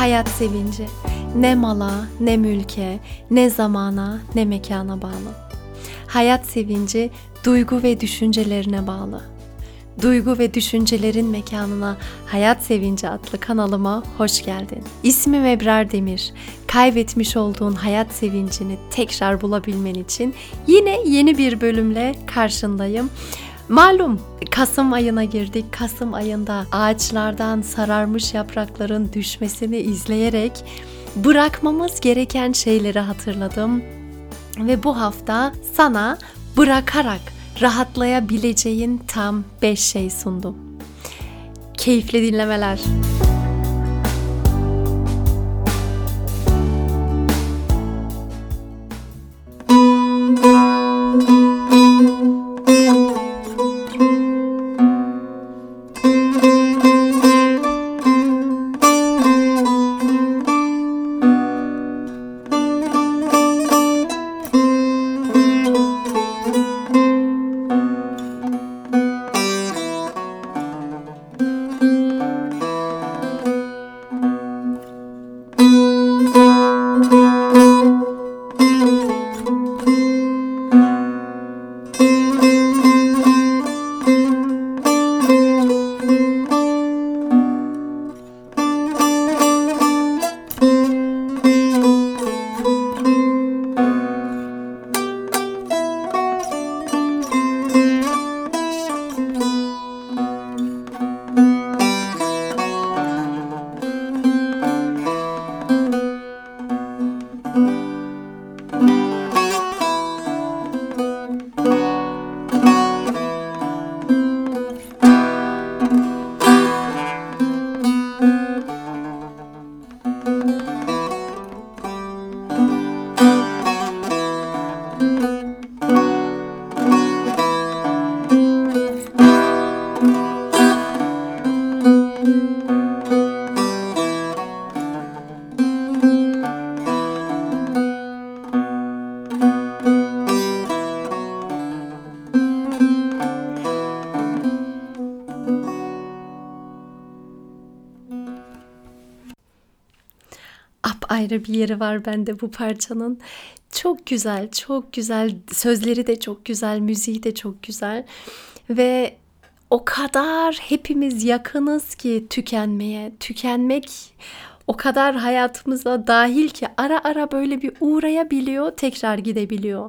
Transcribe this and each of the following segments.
hayat sevinci ne mala, ne mülke, ne zamana, ne mekana bağlı. Hayat sevinci duygu ve düşüncelerine bağlı. Duygu ve düşüncelerin mekanına Hayat Sevinci adlı kanalıma hoş geldin. İsmim Ebrar Demir. Kaybetmiş olduğun hayat sevincini tekrar bulabilmen için yine yeni bir bölümle karşındayım. Malum Kasım ayına girdik. Kasım ayında ağaçlardan sararmış yaprakların düşmesini izleyerek bırakmamız gereken şeyleri hatırladım. Ve bu hafta sana bırakarak rahatlayabileceğin tam 5 şey sundum. Keyifli dinlemeler. Ayrı bir yeri var bende bu parçanın. Çok güzel, çok güzel. Sözleri de çok güzel, müziği de çok güzel. Ve o kadar hepimiz yakınız ki tükenmeye. Tükenmek o kadar hayatımıza dahil ki ara ara böyle bir uğrayabiliyor, tekrar gidebiliyor.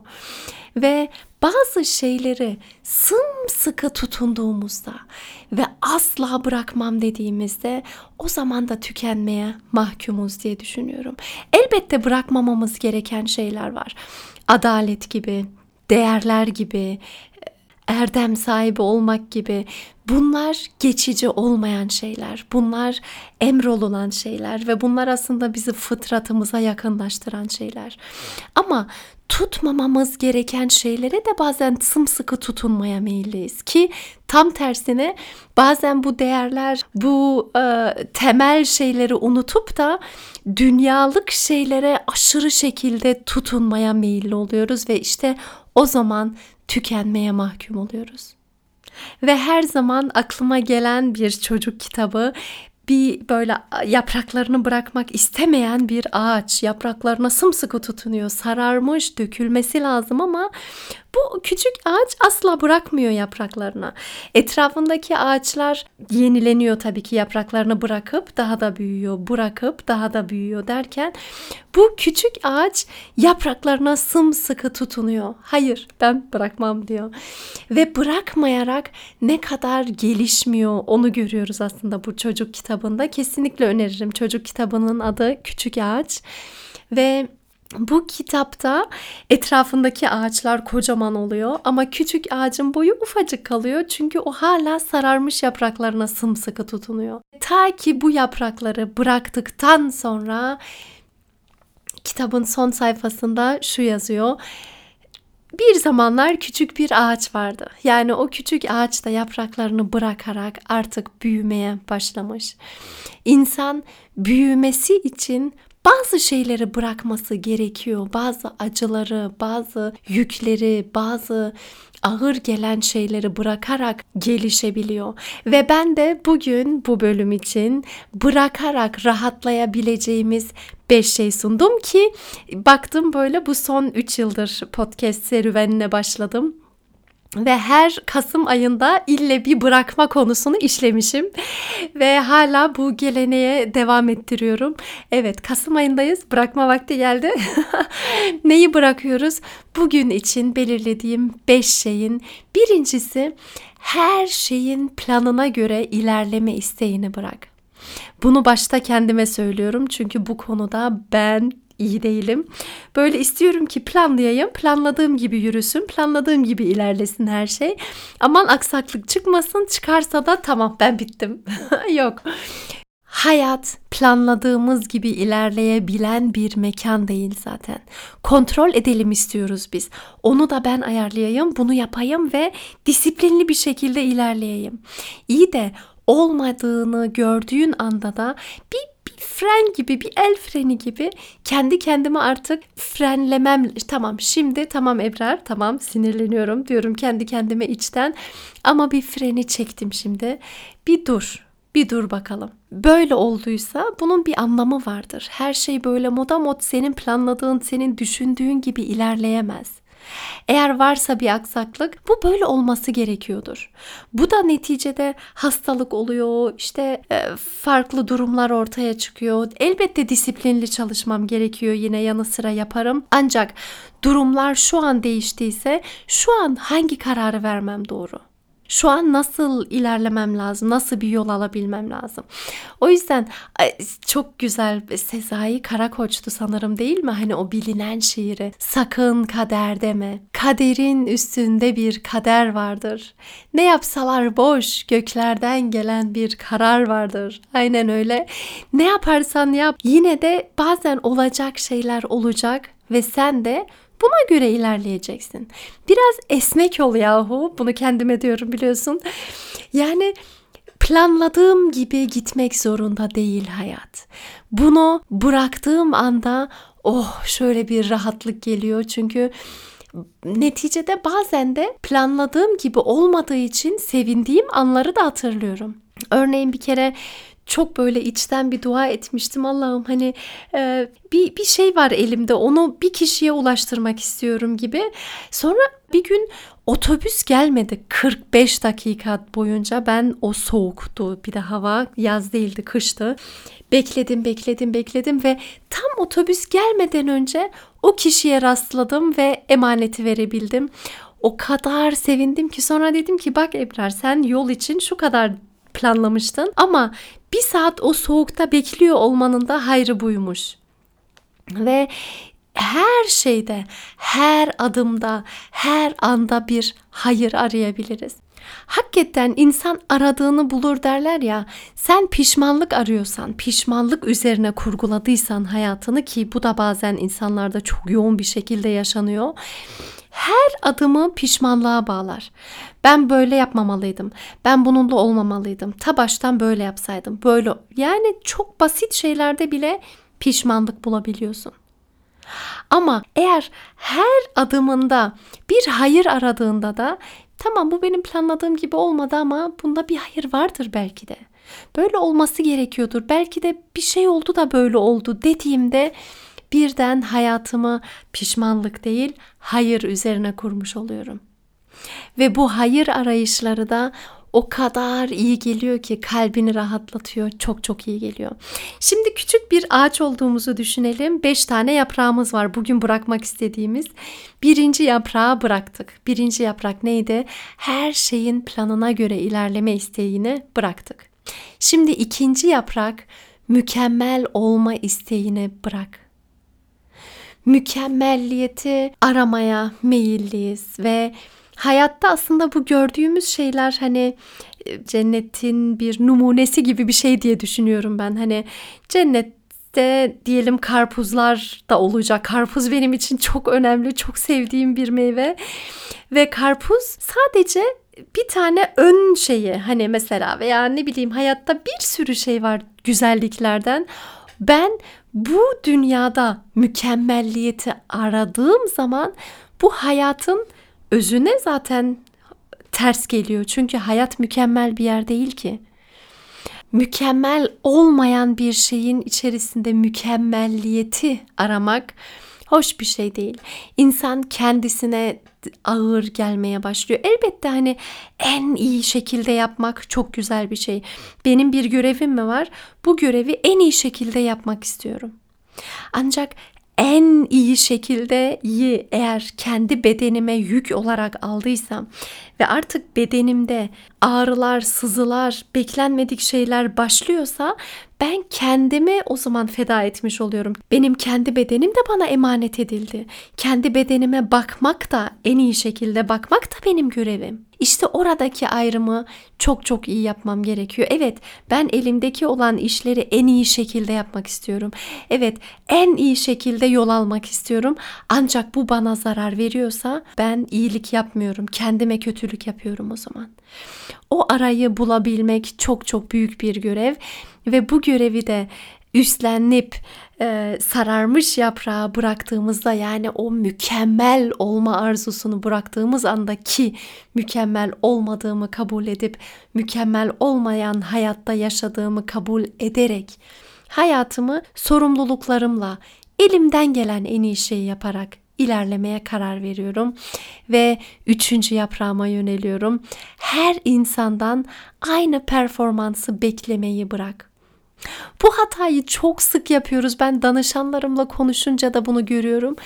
Ve bazı şeyleri sımsıkı tutunduğumuzda ve asla bırakmam dediğimizde o zaman da tükenmeye mahkumuz diye düşünüyorum. Elbette bırakmamamız gereken şeyler var. Adalet gibi, değerler gibi, erdem sahibi olmak gibi. Bunlar geçici olmayan şeyler. Bunlar emrolunan şeyler ve bunlar aslında bizi fıtratımıza yakınlaştıran şeyler. Ama tutmamamız gereken şeylere de bazen sımsıkı tutunmaya meyilliyiz ki tam tersine bazen bu değerler, bu temel şeyleri unutup da dünyalık şeylere aşırı şekilde tutunmaya meyilli oluyoruz ve işte o zaman tükenmeye mahkum oluyoruz. Ve her zaman aklıma gelen bir çocuk kitabı, bir böyle yapraklarını bırakmak istemeyen bir ağaç yapraklarına sımsıkı tutunuyor, sararmış, dökülmesi lazım ama bu küçük ağaç asla bırakmıyor yapraklarını. Etrafındaki ağaçlar yenileniyor tabii ki, yapraklarını bırakıp daha da büyüyor, bırakıp daha da büyüyor derken bu küçük ağaç yapraklarına sımsıkı tutunuyor. Hayır, ben bırakmam diyor. Ve bırakmayarak ne kadar gelişmiyor onu görüyoruz aslında bu çocuk kitabında. Kesinlikle öneririm. Çocuk kitabının adı Küçük Ağaç. Ve bu kitapta etrafındaki ağaçlar kocaman oluyor ama küçük ağacın boyu ufacık kalıyor çünkü o hala sararmış yapraklarına sımsıkı tutunuyor. Ta ki bu yaprakları bıraktıktan sonra kitabın son sayfasında şu yazıyor: bir zamanlar küçük bir ağaç vardı. Yani o küçük ağaç da yapraklarını bırakarak artık büyümeye başlamış. İnsan büyümesi için bazı şeyleri bırakması gerekiyor. Bazı acıları, bazı yükleri, bazı ağır gelen şeyleri bırakarak gelişebiliyor. Ve ben de bugün bu bölüm için bırakarak rahatlayabileceğimiz 5 şey sundum ki baktım böyle bu son 3 yıldır podcast serüvenine başladım. Ve her Kasım ayında ille bir bırakma konusunu işlemişim. Ve hala bu geleneğe devam ettiriyorum. Evet, Kasım ayındayız. Bırakma vakti geldi. Neyi bırakıyoruz? Bugün için belirlediğim 5 şeyin birincisi, her şeyin planına göre ilerleme isteğini bırak. Bunu başta kendime söylüyorum çünkü bu konuda ben iyi değilim. Böyle istiyorum ki planlayayım, planladığım gibi yürüsün, planladığım gibi ilerlesin her şey. Aman aksaklık çıkmasın, çıkarsa da tamam ben bittim. Yok. Hayat planladığımız gibi ilerleyebilen bir mekan değil zaten. Kontrol edelim istiyoruz biz. Onu da ben ayarlayayım, bunu yapayım ve disiplinli bir şekilde ilerleyeyim. İyi de olmadığını gördüğün anda da bir fren gibi, bir el freni gibi kendi kendime artık frenlemem. Tamam şimdi, tamam Ebrar, tamam sinirleniyorum diyorum kendi kendime içten. Ama bir freni çektim şimdi. Bir dur. Bir dur bakalım. Böyle olduysa bunun bir anlamı vardır. Her şey böyle modamod senin planladığın, senin düşündüğün gibi ilerleyemez. Eğer varsa bir aksaklık, bu böyle olması gerekiyordur. Bu da neticede hastalık oluyor, işte farklı durumlar ortaya çıkıyor. Elbette disiplinli çalışmam gerekiyor, yine yanı sıra yaparım. Ancak durumlar şu an değiştiyse, şu an hangi kararı vermem doğru? Şu an nasıl ilerlemem lazım? Nasıl bir yol alabilmem lazım? O yüzden çok güzel, Sezai Karakoç'tu sanırım değil mi? Hani o bilinen şiiri. Sakın kader deme. Kaderin üstünde bir kader vardır. Ne yapsalar boş, göklerden gelen bir karar vardır. Aynen öyle. Ne yaparsan yap, yine de bazen olacak şeyler olacak ve sen de buna göre ilerleyeceksin. Biraz esnek ol yahu. Bunu kendime diyorum biliyorsun. Yani planladığım gibi gitmek zorunda değil hayat. Bunu bıraktığım anda şöyle bir rahatlık geliyor. Çünkü neticede bazen de planladığım gibi olmadığı için sevindiğim anları da hatırlıyorum. Örneğin bir kere çok böyle içten bir dua etmiştim. Allah'ım hani bir şey var elimde, onu bir kişiye ulaştırmak istiyorum gibi. Sonra bir gün otobüs gelmedi 45 dakika boyunca. Ben o soğuktu, bir de hava yaz değildi, kıştı. Bekledim ve tam otobüs gelmeden önce o kişiye rastladım ve emaneti verebildim. O kadar sevindim ki sonra dedim ki bak Ebrar, sen yol için şu kadar planlamıştın ama bir saat o soğukta bekliyor olmanın da hayrı buymuş. Ve her şeyde, her adımda, her anda bir hayır arayabiliriz. Hakikaten insan aradığını bulur derler ya. Sen pişmanlık arıyorsan, pişmanlık üzerine kurguladıysan hayatını, ki bu da bazen insanlarda çok yoğun bir şekilde yaşanıyor. Her adımı pişmanlığa bağlar. Ben böyle yapmamalıydım. Ben bununla olmamalıydım. Ta baştan böyle yapsaydım. Böyle, yani çok basit şeylerde bile pişmanlık bulabiliyorsun. Ama eğer her adımında bir hayır aradığında da tamam, bu benim planladığım gibi olmadı ama bunda bir hayır vardır belki de. Böyle olması gerekiyordur. Belki de bir şey oldu da böyle oldu dediğimde birden hayatımı pişmanlık değil, hayır üzerine kurmuş oluyorum. Ve bu hayır arayışları da o kadar iyi geliyor ki kalbini rahatlatıyor. Çok çok iyi geliyor. Şimdi küçük bir ağaç olduğumuzu düşünelim. 5 tane yaprağımız var bugün bırakmak istediğimiz. Birinci yaprağı bıraktık. Birinci yaprak neydi? Her şeyin planına göre ilerleme isteğini bıraktık. Şimdi ikinci yaprak, mükemmel olma isteğini bırak. Mükemmelliyeti aramaya meyilliyiz ve hayatta aslında bu gördüğümüz şeyler hani cennetin bir numunesi gibi bir şey diye düşünüyorum ben. Hani cennette diyelim karpuzlar da olacak. Karpuz benim için çok önemli, çok sevdiğim bir meyve. Ve karpuz sadece bir tane ön şeyi, hani mesela, veya ne bileyim hayatta bir sürü şey var güzelliklerden. Ben bu dünyada mükemmelliyeti aradığım zaman bu hayatın özüne zaten ters geliyor. Çünkü hayat mükemmel bir yer değil ki. Mükemmel olmayan bir şeyin içerisinde mükemmelliyeti aramak hoş bir şey değil. İnsan kendisine ağır gelmeye başlıyor. Elbette hani en iyi şekilde yapmak çok güzel bir şey. Benim bir görevim mi var? Bu görevi en iyi şekilde yapmak istiyorum. Ancak en iyi şekilde eğer kendi bedenime yük olarak aldıysam ve artık bedenimde ağrılar, sızılar, beklenmedik şeyler başlıyorsa ben kendimi o zaman feda etmiş oluyorum. Benim kendi bedenim de bana emanet edildi. Kendi bedenime bakmak da, en iyi şekilde bakmak da benim görevim. İşte oradaki ayrımı çok çok iyi yapmam gerekiyor. Evet, ben elimdeki olan işleri en iyi şekilde yapmak istiyorum. Evet, en iyi şekilde yol almak istiyorum. Ancak bu bana zarar veriyorsa ben iyilik yapmıyorum. Kendime kötülük yapıyorum o zaman. O arayı bulabilmek çok çok büyük bir görev ve bu görevi de üstlenip sararmış yaprağı bıraktığımızda, yani o mükemmel olma arzusunu bıraktığımız andaki mükemmel olmadığımı kabul edip mükemmel olmayan hayatta yaşadığımı kabul ederek hayatımı sorumluluklarımla elimden gelen en iyi şeyi yaparak ilerlemeye karar veriyorum ve 3. yaprağıma yöneliyorum. Her insandan aynı performansı beklemeyi bırak. Bu hatayı çok sık yapıyoruz. Ben danışanlarımla konuşunca da bunu görüyorum.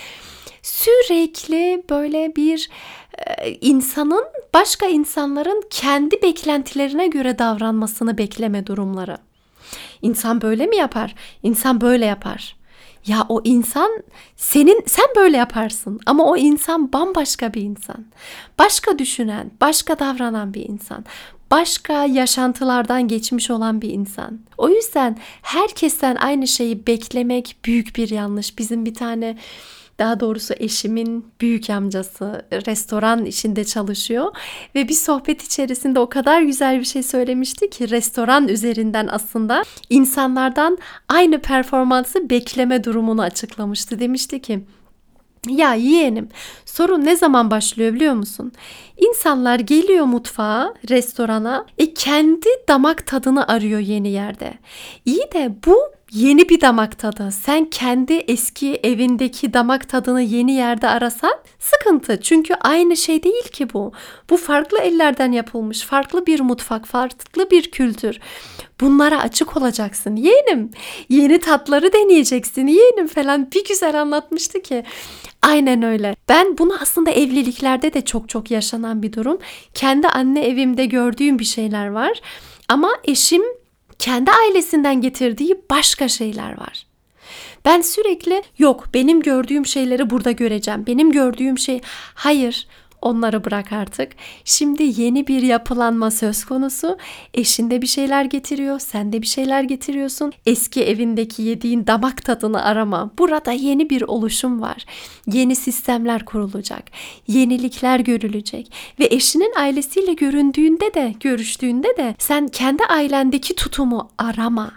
Sürekli böyle bir insanın başka insanların kendi beklentilerine göre davranmasını bekleme durumları. İnsan böyle mi yapar? İnsan böyle yapar. Ya o insan sen böyle yaparsın ama o insan bambaşka bir insan. Başka düşünen, başka davranan bir insan. Başka yaşantılardan geçmiş olan bir insan. O yüzden herkesten aynı şeyi beklemek büyük bir yanlış. Bizim bir tane, daha doğrusu eşimin büyük amcası restoran işinde çalışıyor ve bir sohbet içerisinde o kadar güzel bir şey söylemişti ki restoran üzerinden aslında insanlardan aynı performansı bekleme durumunu açıklamıştı. Demişti ki, ya yeğenim, sorun ne zaman başlıyor biliyor musun? İnsanlar geliyor mutfağa, restorana, kendi damak tadını arıyor yeni yerde. İyi de bu yeni bir damak tadı. Sen kendi eski evindeki damak tadını yeni yerde arasan sıkıntı. Çünkü aynı şey değil ki bu. Bu farklı ellerden yapılmış, farklı bir mutfak, farklı bir kültür. Bunlara açık olacaksın yeğenim. Yeni tatları deneyeceksin yeğenim falan. Bir güzel anlatmıştı ki. Aynen öyle. Ben bunu aslında evliliklerde de çok çok yaşanan bir durum. Kendi anne evimde gördüğüm bir şeyler var. Ama eşim kendi ailesinden getirdiği başka şeyler var. Ben sürekli yok, benim gördüğüm şeyleri burada göreceğim. Benim gördüğüm şey, hayır, onları bırak artık. Şimdi yeni bir yapılanma söz konusu. Eşin de bir şeyler getiriyor, sen de bir şeyler getiriyorsun. Eski evindeki yediğin damak tadını arama. Burada yeni bir oluşum var. Yeni sistemler kurulacak. Yenilikler görülecek. Ve eşinin ailesiyle görüştüğünde de sen kendi ailendeki tutumu arama.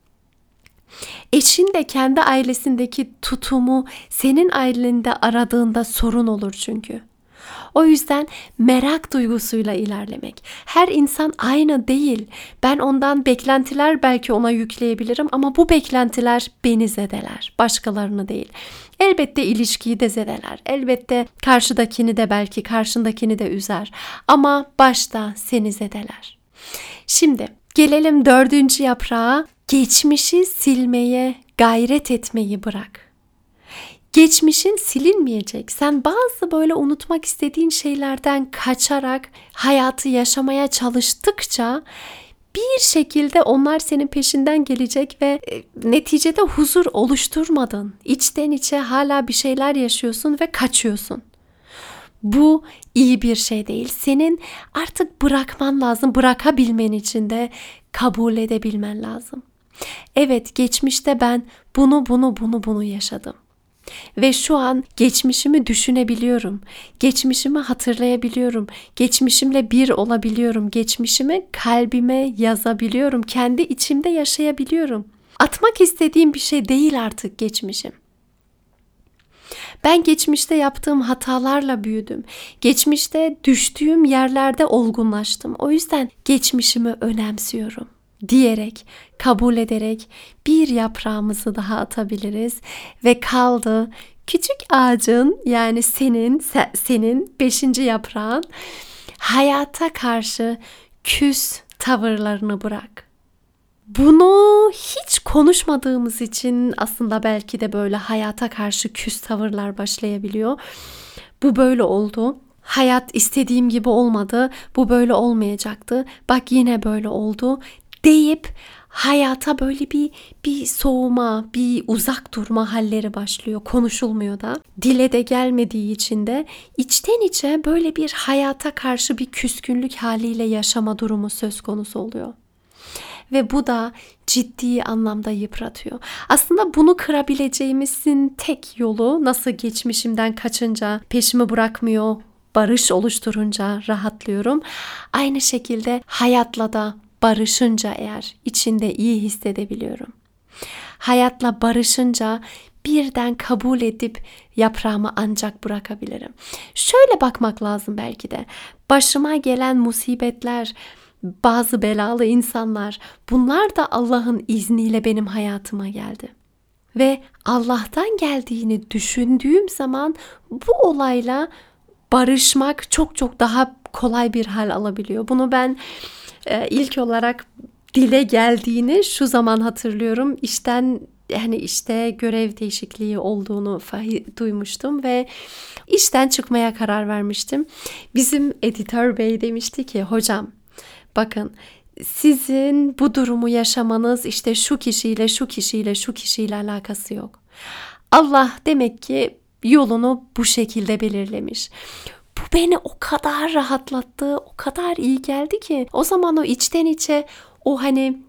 Eşin de kendi ailesindeki tutumu senin ailende aradığında sorun olur çünkü. O yüzden merak duygusuyla ilerlemek. Her insan aynı değil. Ben ondan beklentiler belki ona yükleyebilirim ama bu beklentiler beni zedeler, başkalarını değil. Elbette ilişkiyi de zedeler. Elbette karşındakini de üzer. Ama başta seni zedeler. Şimdi gelelim 4. yaprağa. Geçmişi silmeye gayret etmeyi bırak. Geçmişin silinmeyecek. Sen bazı böyle unutmak istediğin şeylerden kaçarak hayatı yaşamaya çalıştıkça bir şekilde onlar senin peşinden gelecek ve neticede huzur oluşturmadın. İçten içe hala bir şeyler yaşıyorsun ve kaçıyorsun. Bu iyi bir şey değil. Senin artık bırakman lazım. Bırakabilmen için de kabul edebilmen lazım. Evet, geçmişte ben bunu yaşadım. Ve şu an geçmişimi düşünebiliyorum. Geçmişimi hatırlayabiliyorum. Geçmişimle bir olabiliyorum. Geçmişimi kalbime yazabiliyorum. Kendi içimde yaşayabiliyorum. Atmak istediğim bir şey değil artık geçmişim. Ben geçmişte yaptığım hatalarla büyüdüm. Geçmişte düştüğüm yerlerde olgunlaştım. O yüzden geçmişimi önemsiyorum diyerek, kabul ederek bir yaprağımızı daha atabiliriz ve kaldı küçük ağacın, yani senin 5. yaprağın, hayata karşı küs tavırlarını bırak. Bunu hiç konuşmadığımız için aslında belki de böyle hayata karşı küs tavırlar başlayabiliyor. Bu böyle oldu. Hayat istediğim gibi olmadı. Bu böyle olmayacaktı. Bak yine böyle oldu deyip hayata böyle bir soğuma, bir uzak durma halleri başlıyor. Konuşulmuyor da. Dile de gelmediği için de içten içe böyle bir hayata karşı bir küskünlük haliyle yaşama durumu söz konusu oluyor. Ve bu da ciddi anlamda yıpratıyor. Aslında bunu kırabileceğimizin tek yolu, nasıl geçmişimden kaçınca peşimi bırakmıyor, barış oluşturunca rahatlıyorum. Aynı şekilde hayatla da barışınca eğer içinde iyi hissedebiliyorum. Hayatla barışınca birden kabul edip yaprağımı ancak bırakabilirim. Şöyle bakmak lazım belki de. Başıma gelen musibetler, bazı belalı insanlar, bunlar da Allah'ın izniyle benim hayatıma geldi. Ve Allah'tan geldiğini düşündüğüm zaman bu olayla barışmak çok çok daha kolay bir hal alabiliyor. Bunu ben ilk olarak dile geldiğini şu zaman hatırlıyorum. İşte görev değişikliği olduğunu duymuştum ve işten çıkmaya karar vermiştim. Bizim editör bey demişti ki, hocam bakın, sizin bu durumu yaşamanız işte şu kişiyle alakası yok. Allah demek ki yolunu bu şekilde belirlemiş. Bu beni o kadar rahatlattı, o kadar iyi geldi ki. O zaman o içten içe o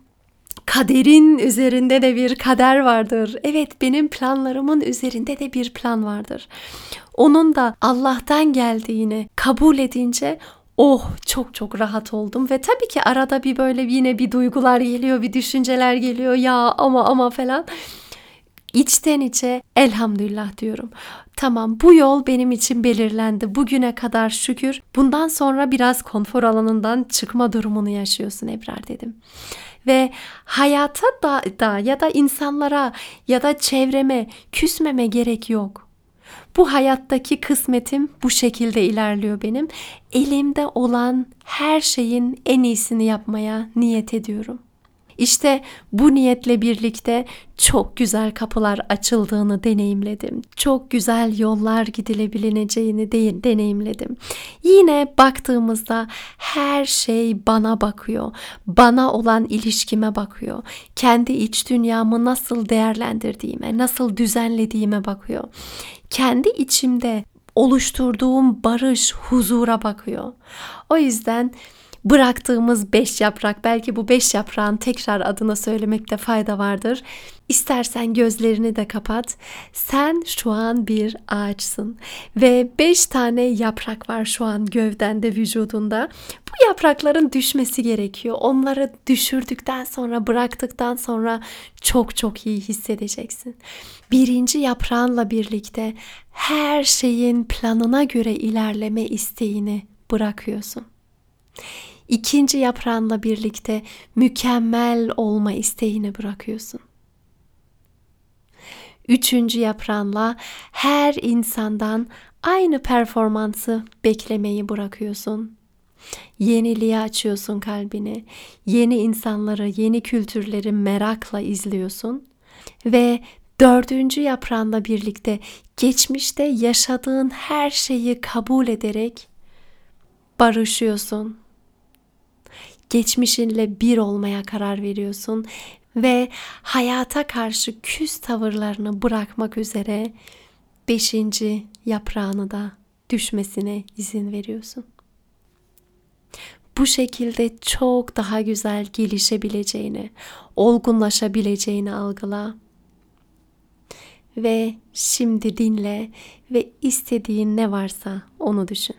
kaderin üzerinde de bir kader vardır. Evet, benim planlarımın üzerinde de bir plan vardır. Onun da Allah'tan geldiğini kabul edince çok çok rahat oldum ve tabii ki arada bir böyle yine bir duygular geliyor, bir düşünceler geliyor, ya ama falan. İçten içe elhamdülillah diyorum. Tamam, bu yol benim için belirlendi. Bugüne kadar şükür. Bundan sonra biraz konfor alanından çıkma durumunu yaşıyorsun Ebrar dedim. Ve hayata da ya da insanlara ya da çevreme küsmeme gerek yok. Bu hayattaki kısmetim bu şekilde ilerliyor benim. Elimde olan her şeyin en iyisini yapmaya niyet ediyorum. İşte bu niyetle birlikte çok güzel kapılar açıldığını deneyimledim. Çok güzel yollar gidilebileceğini deneyimledim. Yine baktığımızda her şey bana bakıyor. Bana olan ilişkime bakıyor. Kendi iç dünyamı nasıl değerlendirdiğime, nasıl düzenlediğime bakıyor. Kendi içimde oluşturduğum barış, huzura bakıyor. O yüzden bıraktığımız 5 yaprak, belki bu 5 yaprağın tekrar adını söylemekte fayda vardır. İstersen gözlerini de kapat. Sen şu an bir ağaçsın ve 5 tane yaprak var şu an gövdende, vücudunda. Bu yaprakların düşmesi gerekiyor. Onları düşürdükten sonra, bıraktıktan sonra çok çok iyi hissedeceksin. 1. yaprağınla birlikte her şeyin planına göre ilerleme isteğini bırakıyorsun. 2. yaprağınla birlikte mükemmel olma isteğini bırakıyorsun. 3. yaprağınla her insandan aynı performansı beklemeyi bırakıyorsun. Yeniliğe açıyorsun kalbini. Yeni insanları, yeni kültürleri merakla izliyorsun. Ve 4. yaprağınla birlikte geçmişte yaşadığın her şeyi kabul ederek barışıyorsun. Geçmişinle bir olmaya karar veriyorsun ve hayata karşı küs tavırlarını bırakmak üzere 5. yaprağını da düşmesine izin veriyorsun. Bu şekilde çok daha güzel gelişebileceğini, olgunlaşabileceğini algıla. Ve şimdi dinle ve istediğin ne varsa onu düşün.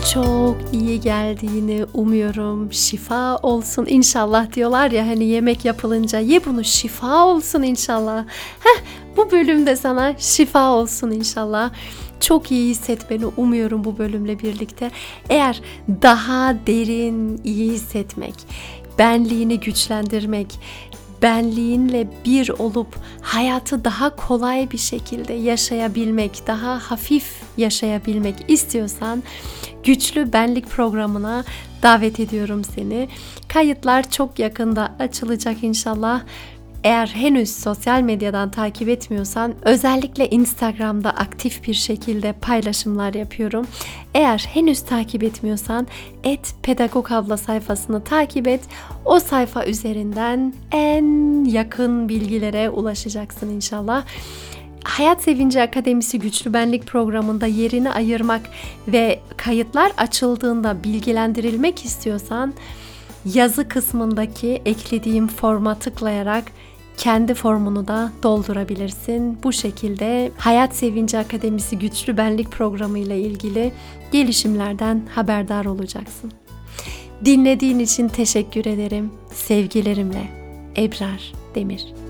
çok iyi geldiğini umuyorum. Şifa olsun inşallah diyorlar ya, hani yemek yapılınca ye bunu, şifa olsun inşallah. Bu bölümde sana şifa olsun inşallah. Çok iyi hissetmeni umuyorum bu bölümle birlikte. Eğer daha derin iyi hissetmek, benliğini güçlendirmek, benliğinle bir olup hayatı daha kolay bir şekilde yaşayabilmek, daha hafif yaşayabilmek istiyorsan Güçlü Benlik programına davet ediyorum seni. Kayıtlar çok yakında açılacak inşallah. Eğer henüz sosyal medyadan takip etmiyorsan özellikle Instagram'da aktif bir şekilde paylaşımlar yapıyorum. Eğer henüz takip etmiyorsan @pedagogabla sayfasını takip et. O sayfa üzerinden en yakın bilgilere ulaşacaksın inşallah. Hayat Sevinci Akademisi Güçlü Benlik programında yerini ayırmak ve kayıtlar açıldığında bilgilendirilmek istiyorsan yazı kısmındaki eklediğim forma tıklayarak kendi formunu da doldurabilirsin. Bu şekilde Hayat Sevinci Akademisi Güçlü Benlik programı ile ilgili gelişimlerden haberdar olacaksın. Dinlediğin için teşekkür ederim. Sevgilerimle Ebrar Demir.